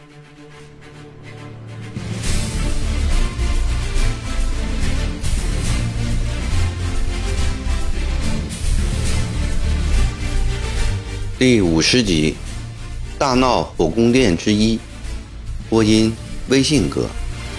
第50集，大闹火宫殿之一，播音微信哥。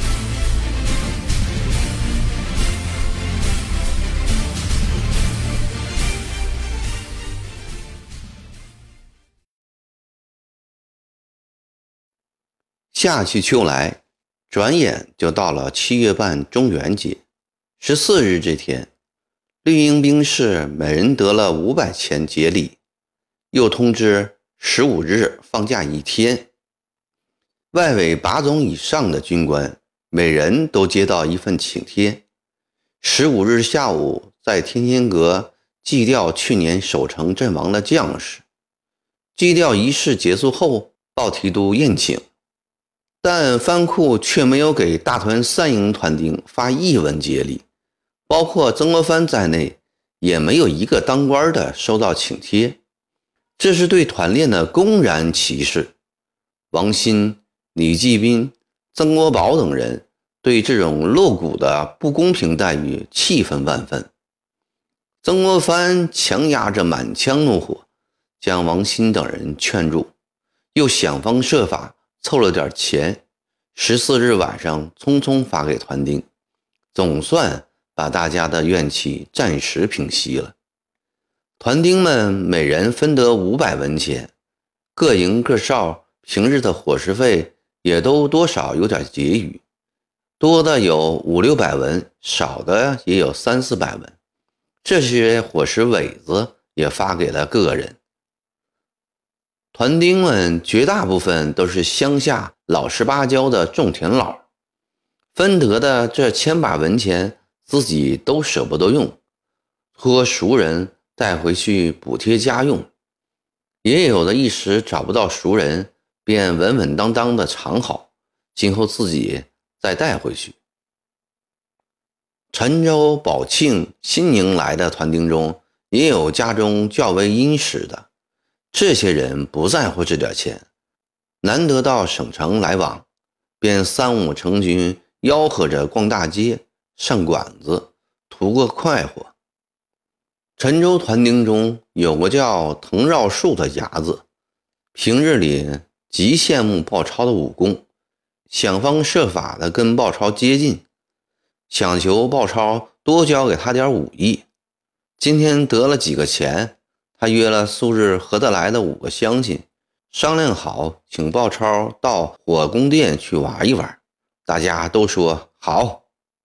夏去秋来，转眼就到了7月半中元节。14日这天，绿营兵士每人得了500钱节礼，又通知15日放假1天。外围8种以上的军官每人都接到一份请帖。15日下午在天天阁祭吊去年守城阵亡的将士。祭吊仪式结束后，报提督宴请，但藩库却没有给大团3营团丁发1文节礼，包括曾国藩在内，也没有一个当官的收到请帖。这是对团练的公然歧视。王欣、李继斌、曾国宝等人对这种露骨的不公平待遇气愤万分。曾国藩强压着满腔怒火，将王欣等人劝住，又想方设法凑了点钱，14日晚上匆匆发给团丁，总算把大家的怨气暂时平息了。团丁们每人分得500文钱，各营各哨平日的伙食费也都多少有点结余，多的有500-600文，少的也有300-400文。这些伙食尾子也发给了各人。团丁们绝大部分都是乡下老实巴交的种田佬，分得的这千把文钱自己都舍不得用，托熟人带回去补贴家用。也有的一时找不到熟人，便稳稳当当的藏好，今后自己再带回去。陈州、宝庆、新宁来的团丁中，也有家中较为殷实的，这些人不在乎这点钱，难得到省城来往，便3-5成群吆喝着逛大街、上馆子，图个快活。陈州团丁中有个叫滕绕树的伢子，平日里极羡慕鲍超的武功，想方设法的跟鲍超接近，想求鲍超多教给他点武艺。今天得了几个钱，他约了素日合得来的5个乡亲，商量好请鲍超到火宫殿去玩一玩，大家都说好。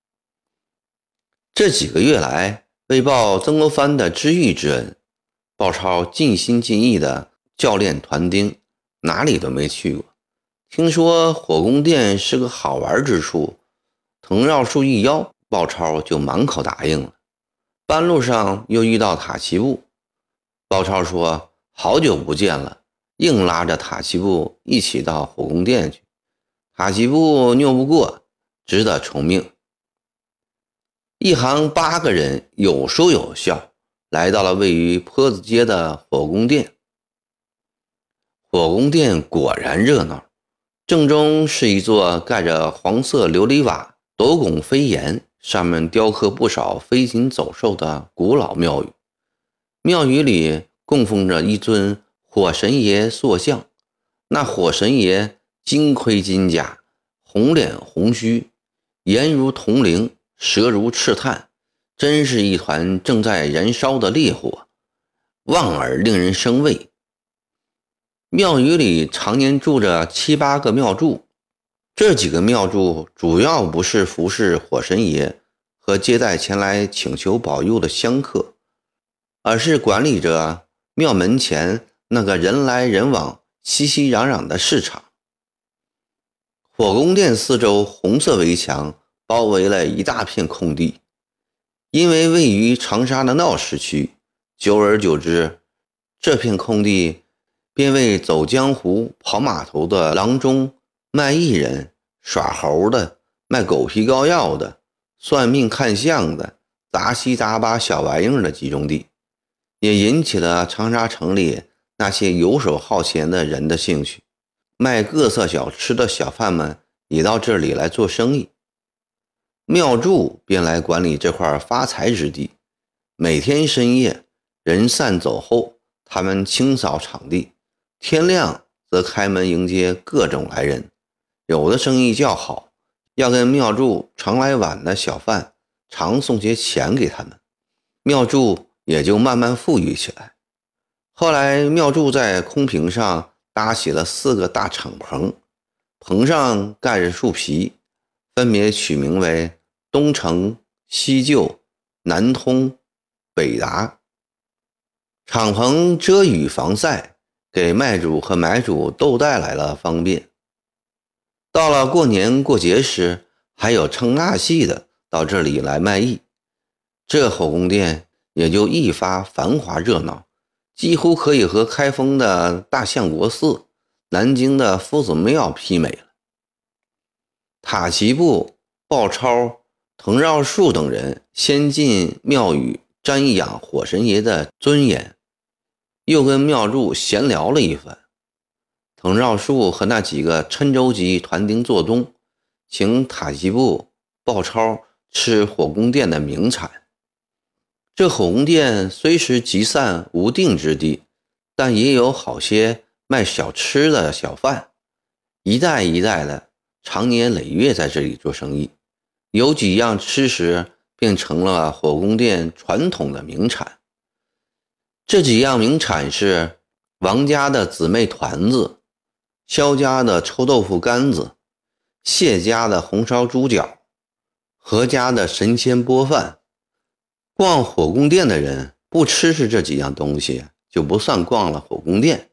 这几个月来，为报曾国藩的知遇之恩，鲍超尽心尽意的教练团丁，哪里都没去过。听说火宫殿是个好玩之处，滕绕树一邀，鲍超就满口答应了。半路上又遇到塔奇布，鲍超说好久不见了，硬拉着塔奇布一起到火宫殿去。塔奇布拗不过，只得从命。一行8个人有说有笑，来到了位于坡子街的火宫殿。火宫殿果然热闹，正中是一座盖着黄色琉璃瓦、斗拱飞檐，上面雕刻不少飞禽走兽的古老庙宇。庙宇里供奉着一尊火神爷塑像，那火神爷金盔金甲，红脸红须，颜如铜铃，舌如赤炭，真是一团正在燃烧的烈火，望而令人生畏。庙宇里常年住着7-8个庙祝，这几个庙祝主要不是服侍火神爷和接待前来请求保佑的香客，而是管理着庙门前那个人来人往、熙熙攘攘的市场。火宫殿四周红色围墙包围了一大片空地，因为位于长沙的闹市区，久而久之，这片空地便为走江湖、跑码头的郎中、卖艺人、耍猴的、卖狗皮膏药的、算命看相的、杂七杂八小玩意儿的集中地，也引起了长沙城里那些游手好闲的人的兴趣。 卖各色小吃的小贩们也到这里来做生意。庙祝便来管理这块发财之地，每天深夜人散走后，他们清扫场地，天亮则开门迎接各种来人。有的生意较好，要跟庙祝常来晚的小贩常送些钱给他们，庙祝也就慢慢富裕起来。后来庙祝在空坪上搭起了4个大敞篷，棚上盖着树皮，分别取名为东城、西就、南通、北达。敞篷遮雨防晒，给卖主和买主都带来了方便。到了过年过节时，还有称纳戏的到这里来卖艺，这火宫殿也就一发繁华热闹，几乎可以和开封的大相国寺、南京的夫子庙媲美了。塔奇布、鲍超、滕绕树等人先进庙宇瞻仰火神爷的尊严，又跟庙祝闲聊了一番。滕绕树和那几个郴州籍团丁做东，请塔奇布、鲍超吃火宫殿的名产。这火宫殿虽是集散无定之地，但也有好些卖小吃的小贩，一代一代的常年累月在这里做生意，有几样吃食便成了火宫殿传统的名产。这几样名产是王家的姊妹团子、萧家的臭豆腐干子、谢家的红烧猪脚、何家的神仙钵饭。逛火宫殿的人不吃这几样东西，就不算逛了火宫殿。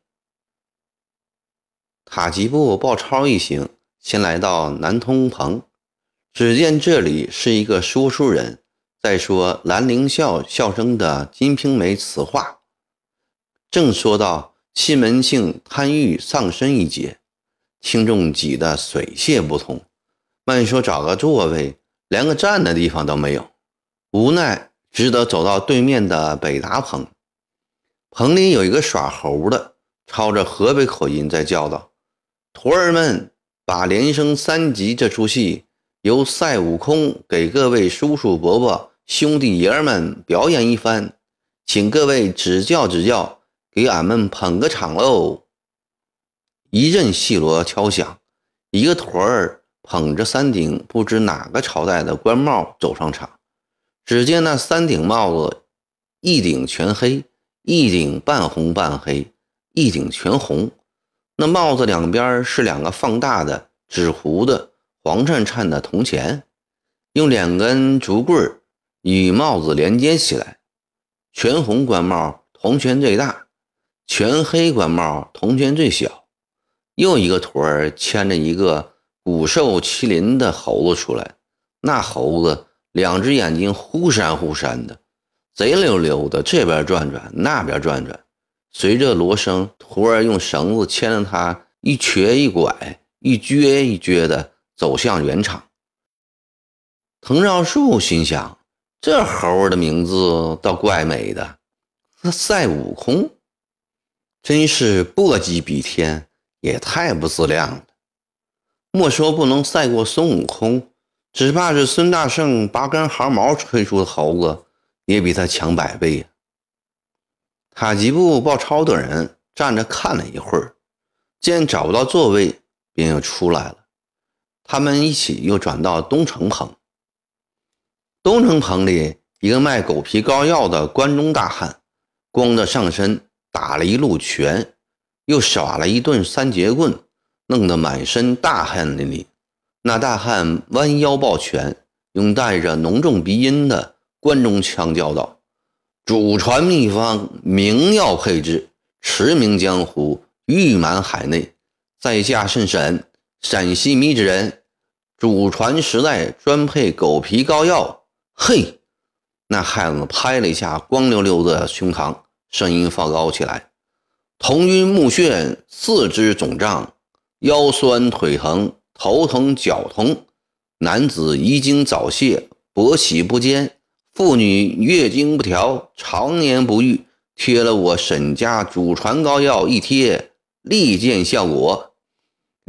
塔吉布、鲍超一行先来到南通棚，只见这里是一个说书人在说兰陵笑笑声的《金瓶梅》词话，正说到西门庆贪欲丧身一节，听众挤得水泄不通，慢说找个座位，连个站的地方都没有，无奈只得走到对面的北达棚。棚里有一个耍猴的，操着河北口音在叫道：徒儿们，把连升3级这出戏由赛悟空给各位叔叔伯伯兄弟爷儿们表演一番，请各位指教指教，给俺们捧个场喽。一阵戏锣敲响，一个徒儿捧着3顶不知哪个朝代的官帽走上场。只见那3顶帽子，一顶全黑，一顶半红半黑，一顶全红。那帽子两边是2个放大的纸糊的黄灿灿的铜钱，用2根竹棍与帽子连接起来。全红官帽铜钱最大，全黑官帽铜钱最小。又一个徒儿牵着一个骨瘦麒麟的猴子出来，那猴子2只眼睛忽闪忽闪的，贼溜溜的，这边转转那边转转。随着锣声，徒儿用绳子牵着他一瘸一拐，一撅一撅的走向圆场。滕绕树心想，这猴的名字倒怪美的，赛悟空，真是簸箕比天，也太不自量了。莫说不能赛过孙悟空，只怕是孙大圣拔根毫毛吹出的猴子，也比他强100倍呀。塔吉布、鲍超等人站着看了一会儿，见找不到座位，便又出来了。他们一起又转到东城棚。东城棚里，一个卖狗皮膏药的关中大汉，光着上身打了一路拳，又耍了一顿3节棍，弄得满身大汗淋漓。那大汉弯腰抱拳，用带着浓重鼻音的关中腔叫道：祖传秘方，名药配制，驰名江湖，誉满海内，在下甚沈，陕西米脂人，祖传时代专配狗皮膏药。嘿！那汉子拍了一下光溜溜的胸膛，声音放高起来：头晕目眩，四肢肿胀，腰酸腿疼，头疼脚疼，男子遗精早泄，勃起不坚，妇女月经不调，常年不愈，贴了我沈家祖传膏药一贴，立见效果。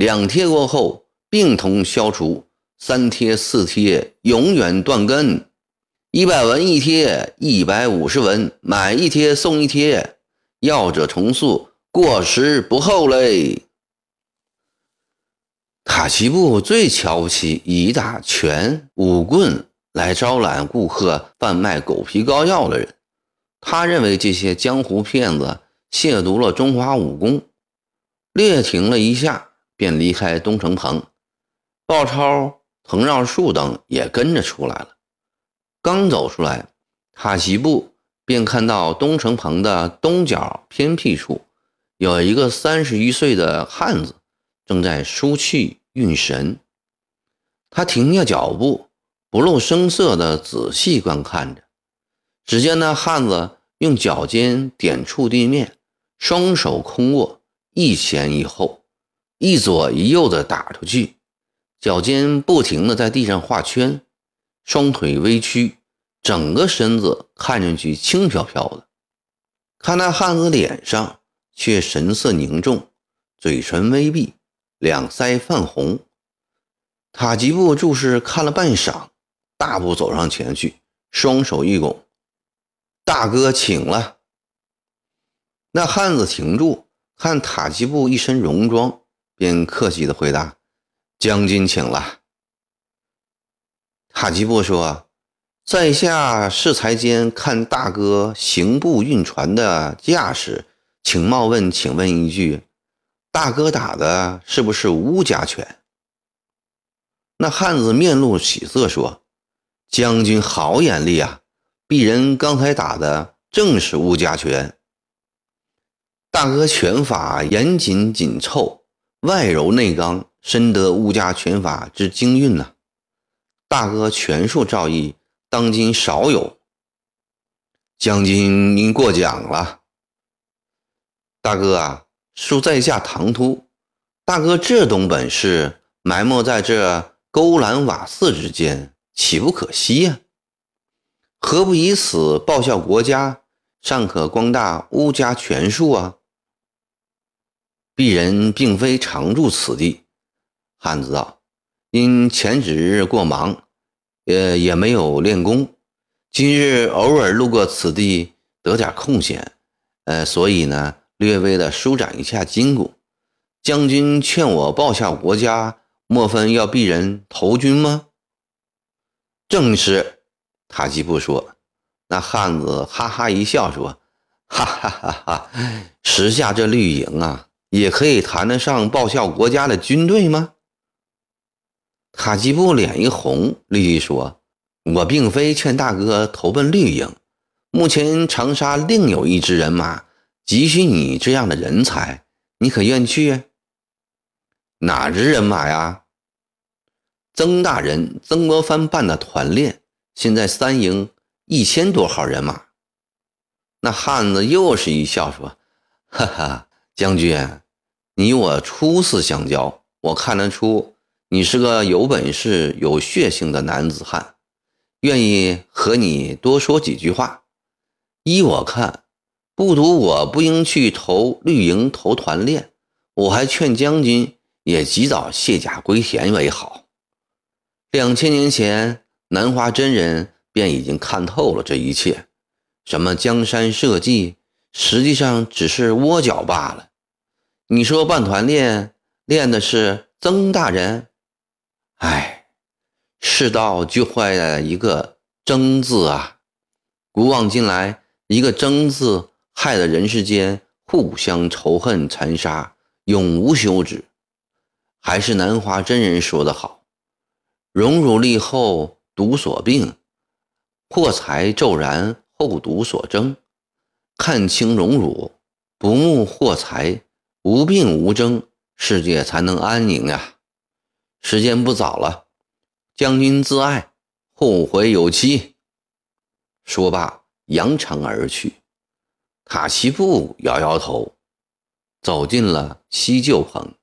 2贴过后病痛消除，3贴4贴永远断根，100文1贴，150文买1贴送1贴，要者重塑，过时不候嘞。塔奇布最瞧不起以打拳舞棍来招揽顾客贩卖狗皮膏药的人，他认为这些江湖骗子亵渎了中华武功，略停了一下便离开东城棚。鲍超、滕绕树等也跟着出来了。刚走出来，塔奇布便看到东城棚的东角偏僻处有一个31岁的汉子正在输气运神。他停下脚步，不露声色地仔细观看着。只见那汉子用脚尖点触地面，双手空握，一前一后，一左一右地打出去，脚尖不停地在地上画圈，双腿微曲，整个身子看上去轻飘飘的。看那汉子脸上却神色凝重，嘴唇微闭，两腮泛红。塔吉布注视看了半晌，大步走上前去，双手一拱：“大哥请了。”那汉子停住，看塔吉布一身戎装，便客气地回答：“将军请了。”塔吉布说：“在下适才间看大哥行步运船的架势，请问一句，大哥打的是不是乌家拳？”那汉子面露喜色说：“将军好眼力啊，鄙人刚才打的正是乌家拳。大哥拳法严谨紧凑，外柔内刚，深得乌家拳法之精韵呐。大哥拳术造诣，当今少有。将军您过奖了。大哥啊，恕在下唐突，大哥这等本事，埋没在这勾栏瓦肆之间，岂不可惜呀？何不以此报效国家，尚可光大乌家拳术啊？”鄙人并非常住此地，汉子道，因前几日过忙，也没有练功，今日偶尔路过此地，得点空闲，所以呢，略微的舒展一下筋骨。将军劝我报效国家，莫非要鄙人投军吗？正是，塔吉布说。那汉子哈哈一笑说：“哈哈哈哈，时下这绿营啊，也可以谈得上报效国家的军队吗？”塔吉布脸一红，立即说：“我并非劝大哥投奔绿营，目前长沙另有一支人马急需你这样的人才，你可愿去？”“哪支人马呀？”“曾大人曾国藩办的团练，现在3营1000多号人马。”那汉子又是一笑说：“哈哈，将军，你我初次相交，我看得出你是个有本事有血性的男子汉，愿意和你多说几句话。依我看，不独我不应去投绿营投团练，我还劝将军也及早卸甲归田为好。2000年前，南华真人便已经看透了这一切，什么江山社稷，实际上只是窝角罢了。你说办团练，练的是曾大人？哎，世道就坏了一个争字啊！古往今来，一个争字害得人世间互相仇恨残杀，永无休止。还是南华真人说得好，荣辱立后独所病，破财骤然后独所争。看清荣辱，不慕祸财，无病无争，世界才能安宁呀！时间不早了，将军自爱，后会有期。说罢扬长而去。塔奇布摇摇头，走进了西旧棚。